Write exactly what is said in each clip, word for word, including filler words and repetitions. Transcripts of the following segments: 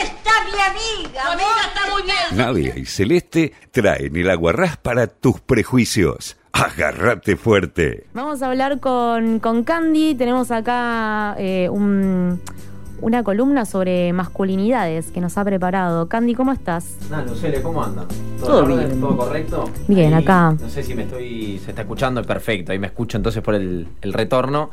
está mi amiga? Tu amiga está muy bien. Nadia y Celeste traen el aguarrás para tus prejuicios. Agárrate fuerte. Vamos a hablar con, con Candy. Tenemos acá eh, un, una columna sobre masculinidades que nos ha preparado. Candy, ¿cómo estás? No, Lucele, ¿cómo andan? ¿Todo, Todo bien? bien. ¿Todo correcto? Bien, Ahí, acá. No sé si me estoy... Se está escuchando, perfecto. Ahí me escucho entonces por el, el retorno.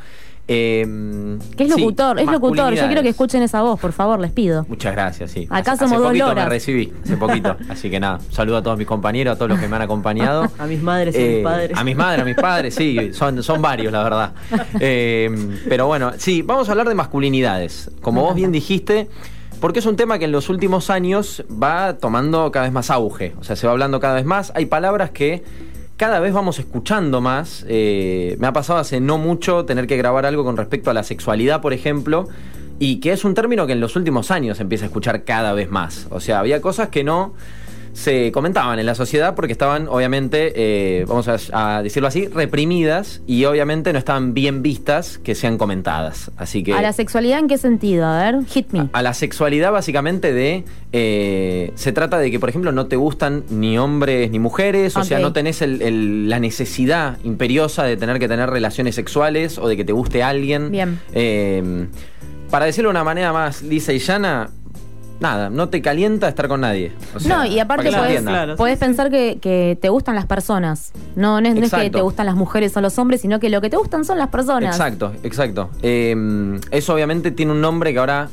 Eh, ¿Qué es locutor? sí, es locutor. Yo masculinidades. quiero que escuchen esa voz, por favor, les pido. Muchas gracias, sí. Acá hace, somos hace dos poquito loras. me recibí, hace poquito. Así que nada, saludo a todos mis compañeros, a todos los que me han acompañado. A mis madres y a Eh, mis padres. A mis madres, a mis padres, sí, son, son varios, la verdad. Eh, pero bueno, sí, vamos a hablar de masculinidades. Como vos bien dijiste, porque es un tema que en los últimos años va tomando cada vez más auge. O sea, se va hablando cada vez más. Hay palabras que cada vez vamos escuchando más. Eh, me ha pasado hace no mucho tener que grabar algo con respecto a la sexualidad, por ejemplo, y que es un término que en los últimos años se empieza a escuchar cada vez más. O sea, había cosas que no se comentaban en la sociedad porque estaban, obviamente, eh, vamos a, a decirlo así, reprimidas, y obviamente no estaban bien vistas que sean comentadas. Así que ¿A la sexualidad en qué sentido? A ver, hit me. a, a la sexualidad básicamente de... Eh, se trata de que, por ejemplo, no te gustan ni hombres ni mujeres, o Ok. sea, no tenés el, el, la necesidad imperiosa de tener que tener relaciones sexuales o de que te guste alguien. Bien. Eh, para decirlo de una manera más lisa y llana, nada, no te calienta estar con nadie. O sea, No, y aparte para que se podés, entienda. claro. podés pensar que, que te gustan las personas. No, no, es, no es que Exacto. te gustan las mujeres o los hombres, sino que lo que te gustan son las personas. Exacto, exacto. Eh, eso obviamente tiene un nombre que ahora...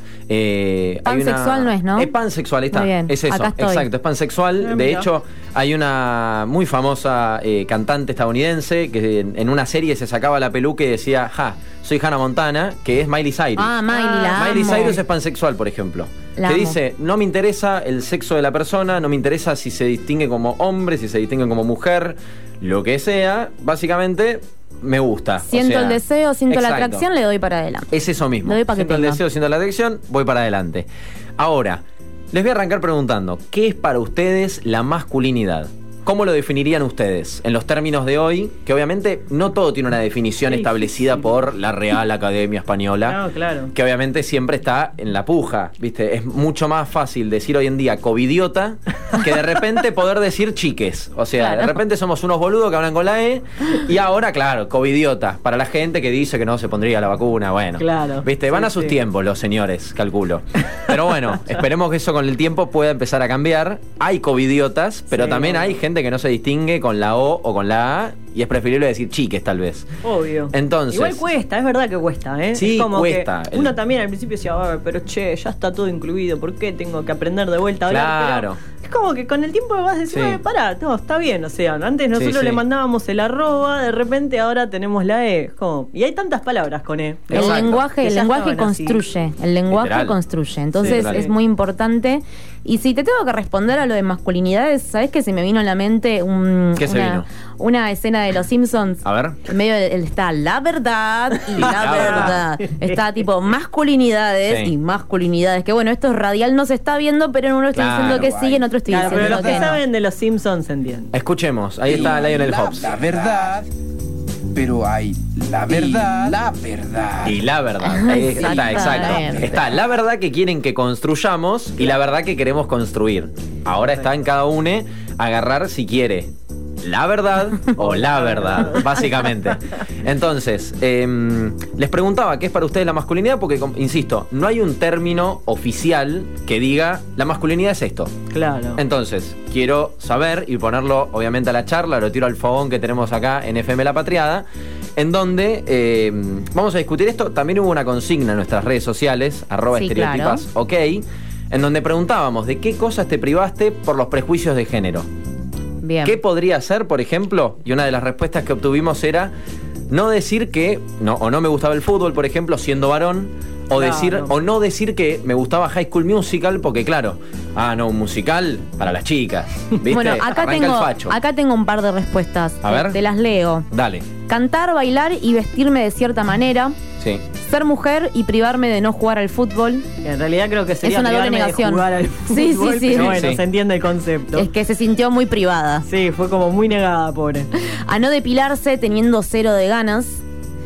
Eh, hay una- Pansexual no es, ¿no? Es pansexual, ahí está. Muy bien, Es eso, acá estoy. exacto, es pansexual. Ah, De mira. hecho, hay una muy famosa eh, cantante estadounidense que en, en una serie se sacaba la peluca y decía, ja, soy Hannah Montana, que es Miley Cyrus. Ah, Miley, la Miley amo. Cyrus es pansexual, por ejemplo. La que amo. dice, no me interesa el sexo de la persona, no me interesa si se distingue como hombre, si se distingue como mujer, lo que sea, básicamente me gusta. O Siento sea, el deseo, siento la exacto. atracción, le doy para adelante. Es eso mismo. Le doy pa' que Siento el tenga. deseo, siento la atracción, voy para adelante. Ahora, les voy a arrancar preguntando, ¿qué es para ustedes la masculinidad? ¿Cómo lo definirían ustedes en los términos de hoy? Que obviamente no todo tiene una definición Qué establecida difícil. por la Real Academia Española. No, claro. Que obviamente siempre está en la puja, ¿viste? Es mucho más fácil decir hoy en día covidiota que de repente poder decir chiques. O sea, Claro. de repente somos unos boludos que hablan con la E y ahora, claro, covidiota. Para la gente que dice que no se pondría la vacuna, bueno. Claro. ¿Viste? Van Sí, a sus sí. tiempos los señores, calculo. Pero bueno, esperemos que eso con el tiempo pueda empezar a cambiar. Hay covidiotas, pero Sí, también obvio. hay gente que no se distingue con la O o con la A y es preferible decir chiques, tal vez. Obvio. Entonces- Igual cuesta, es verdad que cuesta, ¿eh? Sí, es como cuesta. Que uno también al principio decía, "Ah, pero che, ya está todo incluido, ¿por qué tengo que aprender de vuelta a hablar?" Claro. Pero es como que con el tiempo vas a decir, Sí. "Eh, pará, no, está bien", o sea, antes nosotros Sí, sí. le mandábamos el arroba, de repente ahora tenemos la E. Es como- y hay tantas palabras con E. El Exacto. lenguaje, Que el ya lenguaje estaban así. construye, el lenguaje Literal. construye. Entonces literal. es muy importante. Y si te tengo que responder a lo de masculinidades, ¿sabes que se me vino a la mente un- ¿Qué se una, vino? una escena de Los Simpsons? A ver. En medio de- está la verdad y la La verdad. Está tipo masculinidades Sí. y masculinidades. Que bueno, esto es radial, no se está viendo, pero en uno estoy Claro, diciendo que sí guay. y en otro estoy Claro, pero diciendo los que que no. saben de los Simpsons se entienden. Escuchemos, ahí está Lionel la, Hobbs. La verdad, pero hay la verdad, la verdad. Y la verdad. Ahí está, exacto. Exactamente. Está la verdad que quieren que construyamos y la verdad que queremos construir. Ahora está en cada uno agarrar si quiere la verdad o la verdad, básicamente. Entonces, eh, les preguntaba qué es para ustedes la masculinidad, porque, com- insisto, no hay un término oficial que diga la masculinidad es esto. Claro. Entonces, quiero saber y ponerlo obviamente a la charla, lo tiro al fogón que tenemos acá en F M La Patriada, en donde eh, vamos a discutir esto. También hubo una consigna en nuestras redes sociales, arroba Sí, estereotipas, claro. ok, en donde preguntábamos de qué cosas te privaste por los prejuicios de género. Bien. ¿Qué podría ser, por ejemplo? Y una de las respuestas que obtuvimos era no decir que, no, o no me gustaba el fútbol, por ejemplo, siendo varón, o Claro. decir, o no decir que me gustaba High School Musical, porque claro, ah, no, un musical para las chicas. ¿Viste? Bueno, acá Arranca tengo, el facho. acá tengo un par de respuestas. A ver. Te las leo. Dale. Cantar, bailar y vestirme de cierta manera. Sí. Ser mujer y privarme de no jugar al fútbol. En realidad creo que sería Es una doble privarme de negación. jugar al Sí, fútbol, sí, sí. pero Sí, bueno, sí. se entiende el concepto. Es que se sintió muy privada. Sí, fue como muy negada, pobre. A no depilarse teniendo cero de ganas.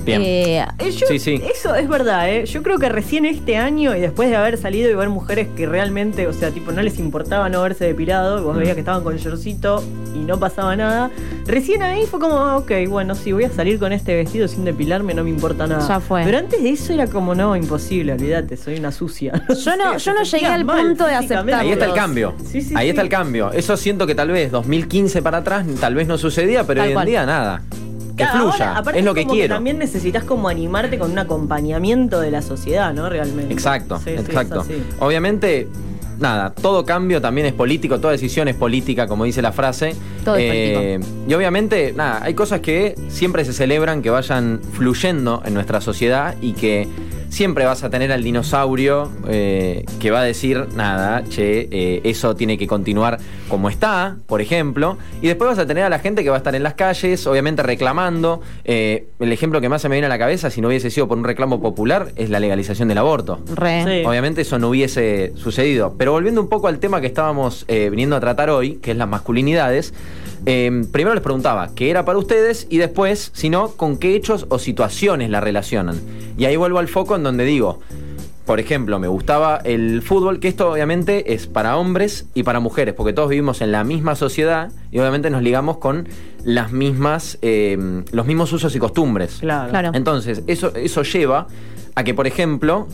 Bien. Eh, Eh, yo- Sí, sí. Eso es verdad, ¿eh? Yo creo que recién este año y después de haber salido y ver mujeres que realmente, o sea, tipo, no les importaba no haberse depilado, vos Mm. veías que estaban con shortcito y no pasaba nada. Recién ahí fue como, ah, ok, bueno, sí, voy a salir con este vestido sin depilarme, no me importa nada. Ya fue. Pero antes de eso era como, no, imposible, olvídate, soy una sucia. Yo no- yo no Te llegué al sentías mal punto de físicamente. aceptarlo. Ahí está el cambio. Sí, sí, Ahí sí. está el cambio. Eso siento que tal vez dos mil quince para atrás tal vez no sucedía, pero Tal hoy en cual. día nada. Que Claro, fluya, ahora, aparte es lo que como quiero. también necesitas como animarte con un acompañamiento de la sociedad, ¿no? Realmente. Exacto, Sí, sí, es exacto. así. Obviamente, nada, todo cambio también es político, toda decisión es política, como dice la frase. Todo es Y obviamente, nada, hay cosas que siempre se celebran, que vayan fluyendo en nuestra sociedad y que siempre vas a tener al dinosaurio eh, que va a decir, nada, che, eh, eso tiene que continuar como está, por ejemplo. Y después vas a tener a la gente que va a estar en las calles, obviamente reclamando. Eh, el ejemplo que más se me viene a la cabeza, si no hubiese sido por un reclamo popular, es la legalización del aborto. Re. Sí. Obviamente eso no hubiese sucedido. Pero volviendo un poco al tema que estábamos eh, viniendo a tratar hoy, que es las masculinidades, eh, primero les preguntaba qué era para ustedes y después, si no, con qué hechos o situaciones la relacionan. Y ahí vuelvo al foco en donde digo, por ejemplo, me gustaba el fútbol, que esto obviamente es para hombres y para mujeres, porque todos vivimos en la misma sociedad y obviamente nos ligamos con las mismas, eh, los mismos usos y costumbres. Claro. Claro. Entonces, eso, eso lleva a que, por ejemplo,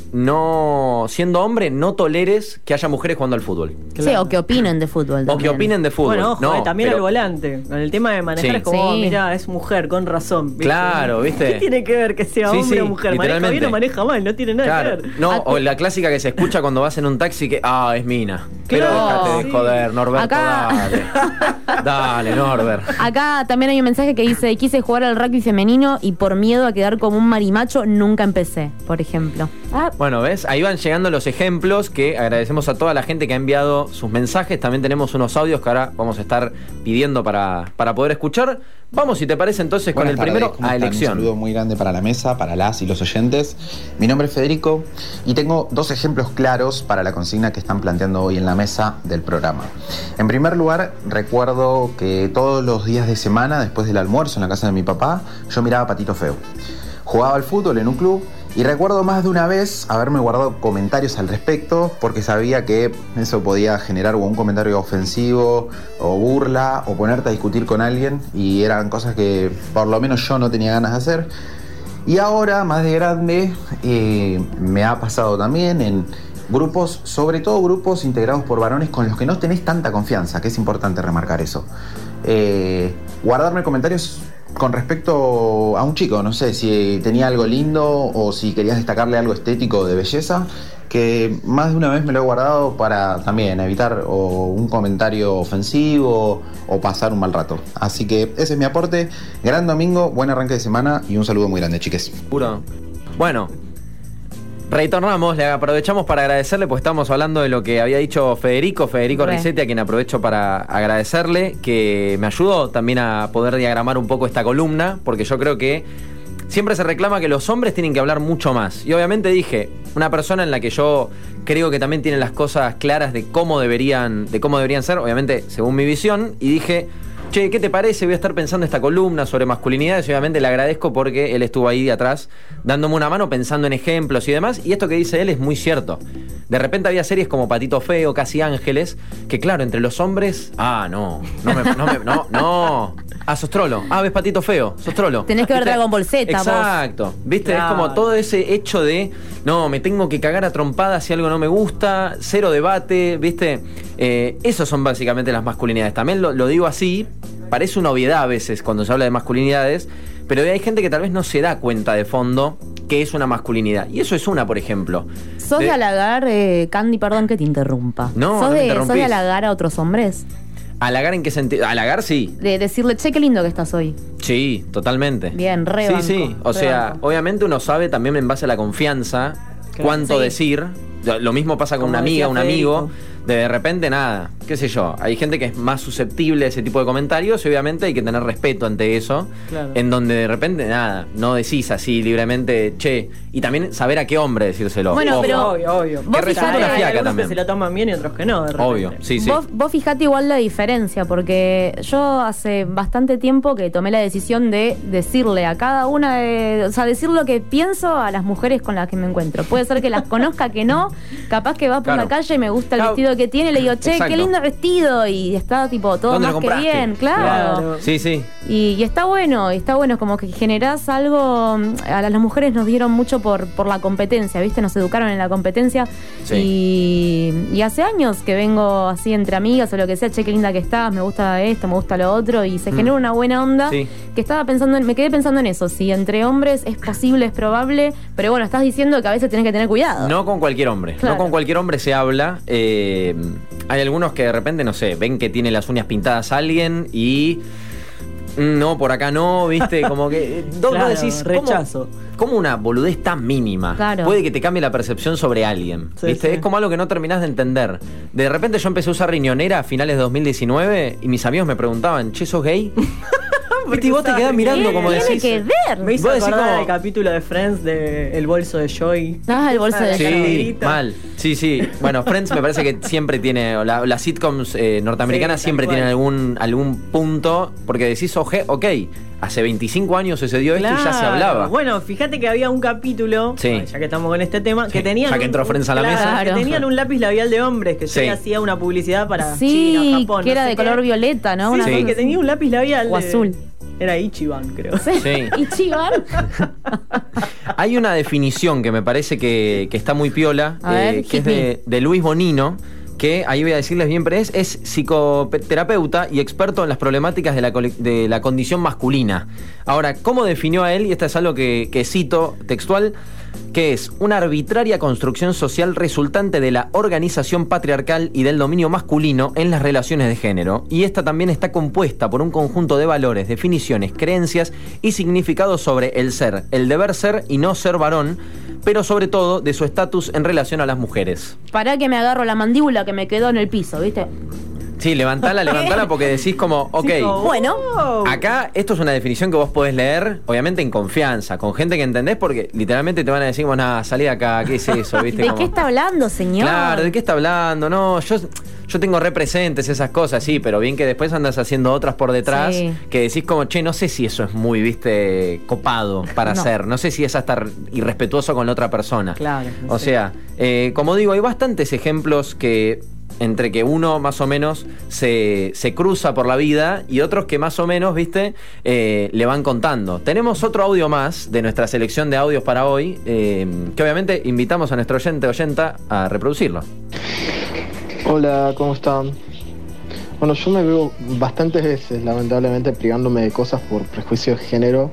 no siendo hombre, no toleres que haya mujeres jugando al fútbol. Sí, o que opinen de fútbol O que también. opinen de fútbol. Bueno, ojo, No, eh, también pero- al volante. Con el tema de manejar Sí. es como, Sí. mira, es mujer, con razón. ¿viste? Claro, ¿viste? ¿Qué tiene que ver que sea Sí, hombre sí, o mujer? Maneja literalmente. bien o maneja mal, no tiene nada Claro. que ver. No, Ah, o la clásica que se escucha cuando vas en un taxi que, ah, es mina. Pero Claro, déjate de sí. joder, Norberto, Acá- dale. Dale, Norbert. Acá también hay un mensaje que dice, quise jugar al rugby femenino y por miedo a quedar como un marimacho nunca empecé, por ejemplo. Ah, Bueno, ¿ves? Ahí van llegando los ejemplos que agradecemos a toda la gente que ha enviado sus mensajes. También tenemos unos audios que ahora vamos a estar pidiendo para, para poder escuchar. Vamos, si te parece, entonces con Buenas el tardes, primero ¿cómo a están? elección. Un saludo muy grande para la mesa, para las y los oyentes. Mi nombre es Federico y tengo dos ejemplos claros para la consigna que están planteando hoy en la mesa del programa. En primer lugar, recuerdo que todos los días de semana, después del almuerzo en la casa de mi papá, yo miraba Patito Feo. Jugaba al fútbol en un club y recuerdo más de una vez haberme guardado comentarios al respecto porque sabía que eso podía generar o un comentario ofensivo o burla o ponerte a discutir con alguien y eran cosas que por lo menos yo no tenía ganas de hacer. Y ahora, más de grande, eh, me ha pasado también en grupos, sobre todo grupos integrados por varones con los que no tenés tanta confianza, que es importante remarcar eso. Eh, guardarme comentarios con respecto a un chico, no sé si tenía algo lindo o si querías destacarle algo estético de belleza, que más de una vez me lo he guardado para también evitar o un comentario ofensivo o pasar un mal rato. Así que ese es mi aporte. Gran domingo, buen arranque de semana y un saludo muy grande, chiques. Puro. Bueno, retornamos, le aprovechamos para agradecerle, pues estamos hablando de lo que había dicho Federico, Federico Re. Risetti, a quien aprovecho para agradecerle, que me ayudó también a poder diagramar un poco esta columna, porque yo creo que siempre se reclama que los hombres tienen que hablar mucho más. Y obviamente dije, una persona en la que yo creo que también tiene las cosas claras de cómo deberían, de cómo deberían ser, obviamente según mi visión, y dije, che, ¿qué te parece? Voy a estar pensando esta columna sobre masculinidades y obviamente le agradezco porque él estuvo ahí de atrás dándome una mano pensando en ejemplos y demás, y esto que dice él es muy cierto. De repente había series como Patito Feo, Casi Ángeles, que claro, entre los hombres, ah, no, no, me, no, me, no, no, ah, sos trolo, ah, ves Patito Feo, sos trolo. Tenés que ver ¿Viste? Dragon Ball Z, vos. Exacto, viste, Claro. es como todo ese hecho de, no, me tengo que cagar a trompadas si algo no me gusta, cero debate, viste, eh, esos son básicamente las masculinidades. También lo, lo digo así, parece una obviedad a veces cuando se habla de masculinidades, pero hay gente que tal vez no se da cuenta de fondo que es una masculinidad. Y eso es una, por ejemplo. ¿Sos de, De- halagar, eh, Candy, perdón que te interrumpa? No, ¿Sos, no me de, interrumpís. ¿Sos de halagar a otros hombres? ¿Halagar en qué sentido? ¿Halagar? Sí. De decirle, che, qué lindo que estás hoy. Sí, totalmente. Bien, re Sí, banco, sí. O re sea, banco. obviamente uno sabe también en base a la confianza Claro. cuánto Sí. decir Lo mismo pasa con Como una amiga, decía un amigo. Federico. De, de repente nada, qué sé yo. Hay gente que es más susceptible a ese tipo de comentarios y obviamente hay que tener respeto ante eso. Claro. En donde de repente nada, no decís así libremente, che. Y también saber a qué hombre decírselo. Bueno, Ojo. pero- Obvio, obvio. Vos Que resulta fijate- una Hay fiaca algunos también. que se lo toman bien y otros que no, de repente. Obvio, sí, sí. Vos, vos fijate igual la diferencia, porque yo hace bastante tiempo que tomé la decisión de decirle a cada una de. O sea, decir lo que pienso a las mujeres con las que me encuentro. Puede ser que las conozca, que no. Capaz que va por Claro. Ah, la calle y me gusta el Claro. vestido que tiene, le digo, che, Exacto. qué lindo vestido. Y está tipo todo ¿Dónde más lo que compraste? bien, claro. Claro. Sí, sí. Y, y está bueno, y está bueno, es como que generás algo. A las mujeres nos dieron mucho por, por la competencia, ¿viste? Nos educaron en la competencia. Sí. Y, y hace años que vengo así entre amigas o lo que sea, che, qué linda que estás, me gusta esto, me gusta lo otro, y se Mm. genera una buena onda. Sí. Que estaba pensando, en- me quedé pensando en eso. Si entre hombres es posible, es probable, pero bueno, estás diciendo que a veces tenés que tener cuidado. No con cualquier hombre. Claro. No con cualquier hombre se habla. Eh, hay algunos que de repente, no sé, ven que tiene las uñas pintadas a alguien y. mm, No, por acá no, ¿viste? Como que. eh, ¿Dónde Claro, decís? ¿cómo- rechazo. ¿Cómo una boludez tan mínima Claro. puede que te cambie la percepción sobre alguien? Sí, ¿Viste? sí. Es como algo que no terminás de entender. De repente yo empecé a usar riñonera a finales de dos mil diecinueve y mis amigos me preguntaban, che, ¿sos gay? ¿Viste? Y vos te usabas quedás mirando ¿Qué como tiene decís. que ver? Me hizo Vos decís acordar como- el capítulo de Friends de El bolso de Joy. Ah, el bolso de Sí, Joey. mal. Sí, sí. Bueno, Friends me parece que siempre tiene, o la- las sitcoms eh, norteamericanas Sí, tal siempre cual. tienen algún, algún punto, porque decís, oje, ok, hace veinticinco años sucedió esto y ya se Claro. hablaba. Bueno, fíjate que había un capítulo, Sí. ya que estamos con este tema, Sí, que tenían ya que un- entró Friends a la claro, mesa. que tenían un lápiz labial de hombres que Sí. yo hacía una publicidad para Sí, China, Japón, que no era sé de qué. color violeta, ¿no? Sí, Una sí, cosa que así. tenía un lápiz labial O de- azul. Era Ichiban, creo. Sí. ¿Y Chivan? Hay una definición que me parece que, que está muy piola, A ver, eh, que es hit me. de, de Luis Bonino, que ahí voy a decirles bien, pero es, es psicoterapeuta y experto en las problemáticas de la, cole- de la condición masculina. Ahora, ¿cómo definió a él? Y esto es algo que, que cito textual, que es una arbitraria construcción social resultante de la organización patriarcal y del dominio masculino en las relaciones de género. Y esta también está compuesta por un conjunto de valores, definiciones, creencias y significados sobre el ser, el deber ser y no ser varón, pero sobre todo de su estatus en relación a las mujeres. Pará que me agarro la mandíbula que me quedó en el piso, ¿viste? Sí, levantala, levantala porque decís como, ok, Sí, como, Bueno. wow. acá esto es una definición que vos podés leer, obviamente en confianza, con gente que entendés, porque literalmente te van a decir, bueno, nada, salí de acá, ¿qué es eso? ¿Viste? ¿De Como- qué está hablando, señor? Claro, ¿de qué está hablando? No, yo, yo tengo representes esas cosas, sí, pero bien que después andas haciendo otras por detrás, Sí. que decís como, che, no sé si eso es muy, viste, copado para No. hacer, no sé si es hasta irrespetuoso con la otra persona. Claro, no O sé. sea, eh, como digo, hay bastantes ejemplos que entre que uno más o menos se, se cruza por la vida y otros que más o menos, viste, eh, le van contando. Tenemos otro audio más de nuestra selección de audios para hoy, eh, que obviamente invitamos a nuestro oyente oyenta a reproducirlo. Hola, ¿cómo están? Bueno, yo me veo bastantes veces, lamentablemente, privándome de cosas por prejuicio de género.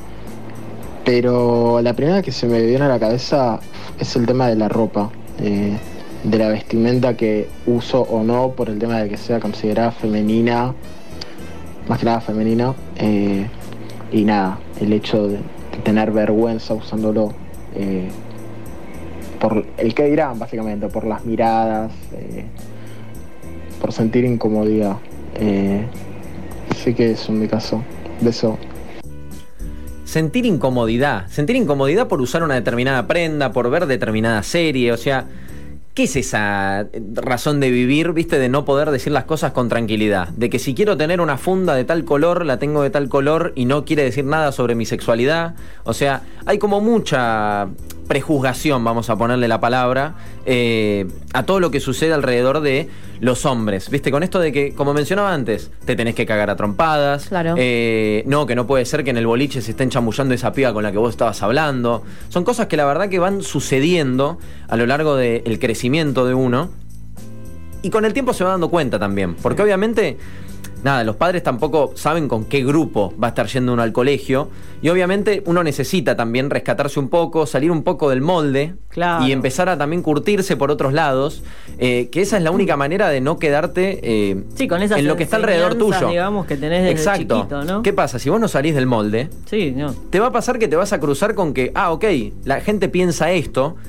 Pero la primera que se me viene a la cabeza es el tema de la ropa. eh, de la vestimenta que uso o no, por el tema de que sea considerada femenina, más que nada femenina. eh, y nada, el hecho de, de tener vergüenza usándolo. eh, por el que dirán, básicamente, por las miradas, eh, por sentir incomodidad. Eh, así que eso en mi caso. Beso. Sentir incomodidad, sentir incomodidad por usar una determinada prenda, por ver determinada serie, o sea, ¿qué es esa razón de vivir, viste, de no poder decir las cosas con tranquilidad? De que si quiero tener una funda de tal color, la tengo de tal color y no quiere decir nada sobre mi sexualidad. O sea, hay como mucha prejuzgación, vamos a ponerle la palabra, eh, a todo lo que sucede alrededor de los hombres. Viste, con esto de que, como mencionaba antes, te tenés que cagar a trompadas. Claro. Eh, no, que no puede ser que en el boliche se estén chamullando esa piba con la que vos estabas hablando. Son cosas que la verdad que van sucediendo a lo largo del crecimiento de uno. Y con el tiempo se va dando cuenta también. Porque obviamente, nada, los padres tampoco saben con qué grupo va a estar yendo uno al colegio. Y obviamente uno necesita también rescatarse un poco, salir un poco del molde. Claro. Y empezar a también curtirse por otros lados. eh, que esa es la única manera de no quedarte eh, Sí, con esas en lo que está alrededor enseñanzas, tuyo. digamos, que tenés desde Exacto. chiquito, ¿no? ¿Qué pasa? Si vos no salís del molde, Sí, no. te va a pasar que te vas a cruzar con que, ah, ok, la gente piensa esto.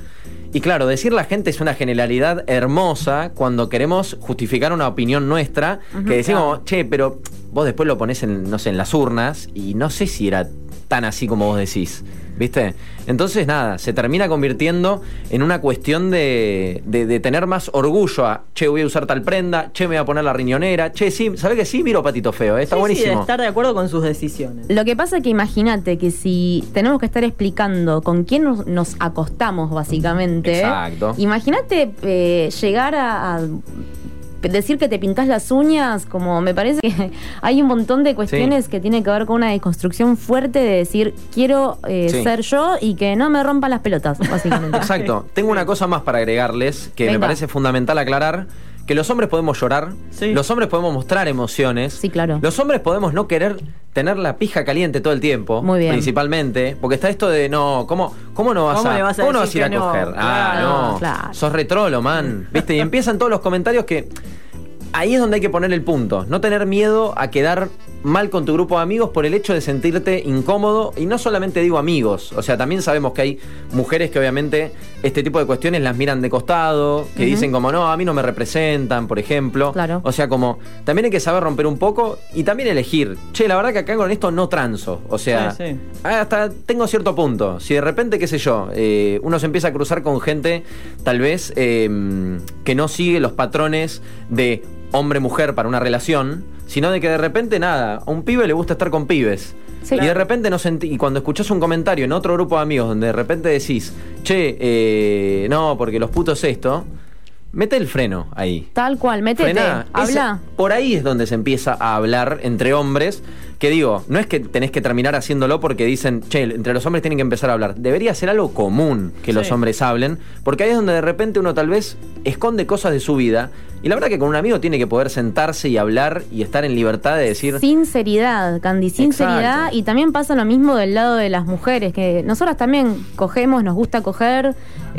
Y claro, decir la gente es una generalidad hermosa cuando queremos justificar una opinión nuestra, uh-huh, que decimos, claro. che, pero vos después lo ponés en, no sé, en las urnas y no sé si era tan así como vos decís, ¿viste? Entonces nada, se termina convirtiendo en una cuestión de, de, de tener más orgullo a, che, voy a usar tal prenda, che, me voy a poner la riñonera, che, sí, ¿sabés que sí? Miro Patito Feo, ¿eh? Está sí, buenísimo. Sí, de estar de acuerdo con sus decisiones. Lo que pasa es que imagínate que si tenemos que estar explicando con quién nos, nos acostamos, básicamente. Exacto. Imagínate eh, llegar a... a decir que te pintás las uñas, como me parece que hay un montón de cuestiones sí. que tienen que ver con una deconstrucción fuerte de decir, quiero eh, sí. ser yo y que no me rompan las pelotas, básicamente. Exacto. Tengo una cosa más para agregarles que Venga. me parece fundamental aclarar. Que los hombres podemos llorar, sí. los hombres podemos mostrar emociones, sí, claro. los hombres podemos no querer tener la pija caliente todo el tiempo, Muy bien. principalmente, porque está esto de no, ¿cómo, cómo no vas ¿Cómo a, vas a, ¿cómo no vas a ir a no? coger? Claro, ah, no, claro. sos retrolo, man, ¿viste? Y empiezan todos los comentarios que ahí es donde hay que poner el punto, no tener miedo a quedar mal con tu grupo de amigos por el hecho de sentirte incómodo, y no solamente digo amigos, o sea, también sabemos que hay mujeres que obviamente este tipo de cuestiones las miran de costado, que uh-huh. dicen como, no, a mí no me representan, por ejemplo. Claro. O sea, como, también hay que saber romper un poco y también elegir, che, la verdad que acá con esto no transo, o sea, sí, sí. hasta tengo cierto punto, si de repente, qué sé yo, eh, uno se empieza a cruzar con gente, tal vez, eh, que no sigue los patrones de hombre-mujer para una relación, sino de que de repente, nada, a un pibe le gusta estar con pibes. Sí, y claro. de repente no sentí, y cuando escuchás un comentario en otro grupo de amigos donde de repente decís, che, eh, no, porque los putos esto, mete el freno ahí. Tal cual, métete, Frená. habla. Ese, por ahí es donde se empieza a hablar entre hombres, que digo, no es que tenés que terminar haciéndolo porque dicen, che, entre los hombres tienen que empezar a hablar. Debería ser algo común que sí. los hombres hablen, porque ahí es donde de repente uno tal vez esconde cosas de su vida. Y la verdad que con un amigo tiene que poder sentarse y hablar y estar en libertad de decir... Sinceridad, Candy, sinceridad. Exacto. Y también pasa lo mismo del lado de las mujeres, que nosotras también cogemos, nos gusta coger.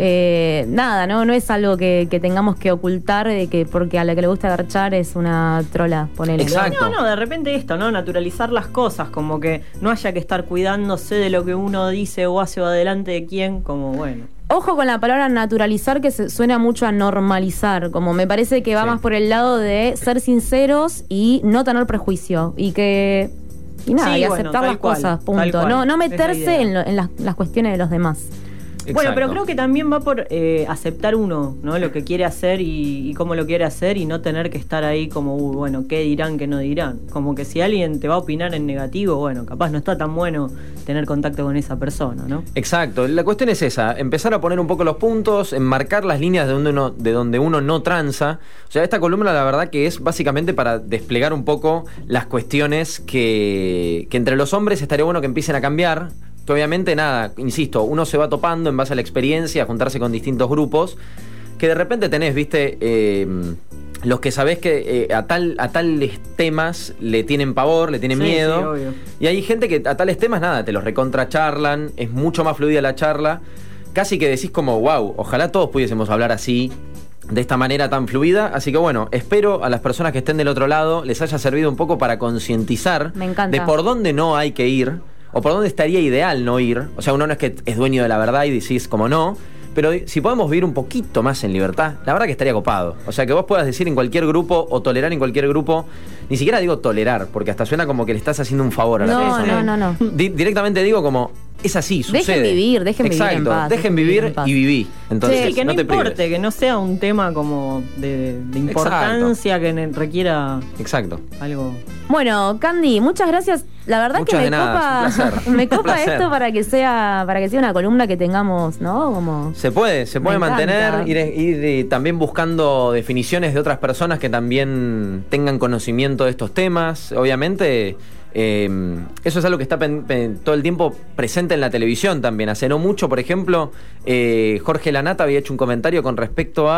Eh, nada, ¿no? No es algo que, que tengamos que ocultar de que porque a la que le gusta garchar es una trola, ponele. Exacto. No, no, de repente esto, ¿no? Naturalizar las cosas, como que no haya que estar cuidándose de lo que uno dice o hace o adelante de quién, como bueno... Ojo con la palabra naturalizar, que se suena mucho a normalizar, como me parece que va sí. más por el lado de ser sinceros y no tener prejuicio y que y nada, sí, y aceptar bueno, las cual, cosas, punto. No, no meterse en, lo, en las, las cuestiones de los demás. Exacto. Bueno, pero creo que también va por eh, aceptar uno, ¿no? Lo que quiere hacer y, y cómo lo quiere hacer y no tener que estar ahí como, uh, bueno, ¿qué dirán, qué no dirán? Como que si alguien te va a opinar en negativo, bueno, capaz no está tan bueno tener contacto con esa persona, ¿no? Exacto, la cuestión es esa, empezar a poner un poco los puntos, enmarcar las líneas de donde uno, de donde uno no tranza. O sea, esta columna la verdad que es básicamente para desplegar un poco las cuestiones que, que entre los hombres estaría bueno que empiecen a cambiar. Que obviamente, nada, insisto, uno se va topando en base a la experiencia, a juntarse con distintos grupos, que de repente tenés, viste, eh, los que sabés que eh, a, tal, a tales temas le tienen pavor, le tienen sí, miedo, sí, obvio. Y hay gente que a tales temas, nada, te los recontracharlan, es mucho más fluida la charla, casi que decís como, wow, ojalá todos pudiésemos hablar así, de esta manera tan fluida. Así que bueno, espero a las personas que estén del otro lado les haya servido un poco para concientizar de por dónde no hay que ir, o por dónde estaría ideal no ir. O sea, uno no es que es dueño de la verdad y decís como no, pero si podemos vivir un poquito más en libertad, la verdad que estaría copado. O sea, que vos puedas decir en cualquier grupo o tolerar en cualquier grupo. Ni siquiera digo tolerar, porque hasta suena como que le estás haciendo un favor a la no, persona. No, no, no. Di- directamente digo como, es así, sucede. Dejen vivir, dejen Exacto, vivir en paz. dejen vivir y viví. Entonces, sí, que no, no te importe, prives. que no sea un tema como de, de importancia, Exacto. que ne- requiera Exacto. algo... Bueno, Candy, muchas gracias. La verdad Muchas que me de nada, copa, me copa placer. esto para que sea, para que sea una columna que tengamos, ¿no? Como Se puede, se puede Me mantener, encanta. ir, ir eh, también buscando definiciones de otras personas que también tengan conocimiento de estos temas. Obviamente, eh, eso es algo que está pen, pen, todo el tiempo presente en la televisión también. Hace no mucho, por ejemplo, eh, Jorge Lanata había hecho un comentario con respecto a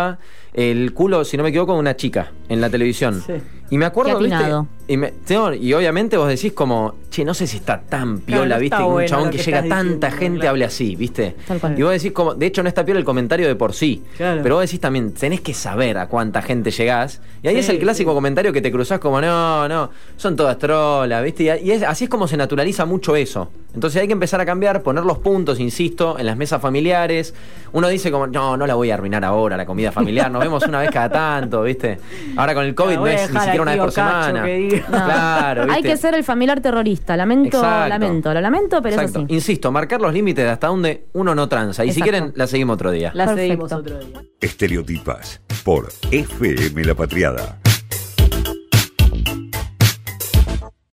el culo, si no me equivoco, de una chica en la televisión. Sí. Y me acuerdo, Qué ¿viste? atinado. Y, me, no, y obviamente vos decís como, che, no sé si está tan piola, Claro, no ¿viste? está Que un bueno chabón lo que, que llega estás tanta diciendo, gente claro. hable así, ¿viste? Tal cual. Y vos decís como, de hecho no está piola el comentario de por sí. Claro. Pero vos decís también, tenés que saber a cuánta gente llegás. Y ahí Sí, es el clásico sí. comentario que te cruzás como, no, no, son todas trolas, ¿viste? Y, y es, así es como se naturaliza mucho eso. Entonces hay que empezar a cambiar, poner los puntos, insisto, en las mesas familiares. Uno dice como, no, no la voy a arruinar ahora, la comida familiar, nos vemos una vez cada tanto, ¿viste? Ahora con el COVID La no voy a es ni dejar siquiera al una vez tío por Cacho semana. que diga. No. Claro, ¿viste? Hay que ser el familiar terrorista. Lamento, Exacto. lamento, lo lamento, pero Exacto. es así. Insisto, marcar los límites de hasta donde uno no tranza. Y si Exacto. quieren, la seguimos otro día. La Perfecto. seguimos otro día. Estereotipas por F M La Patriada.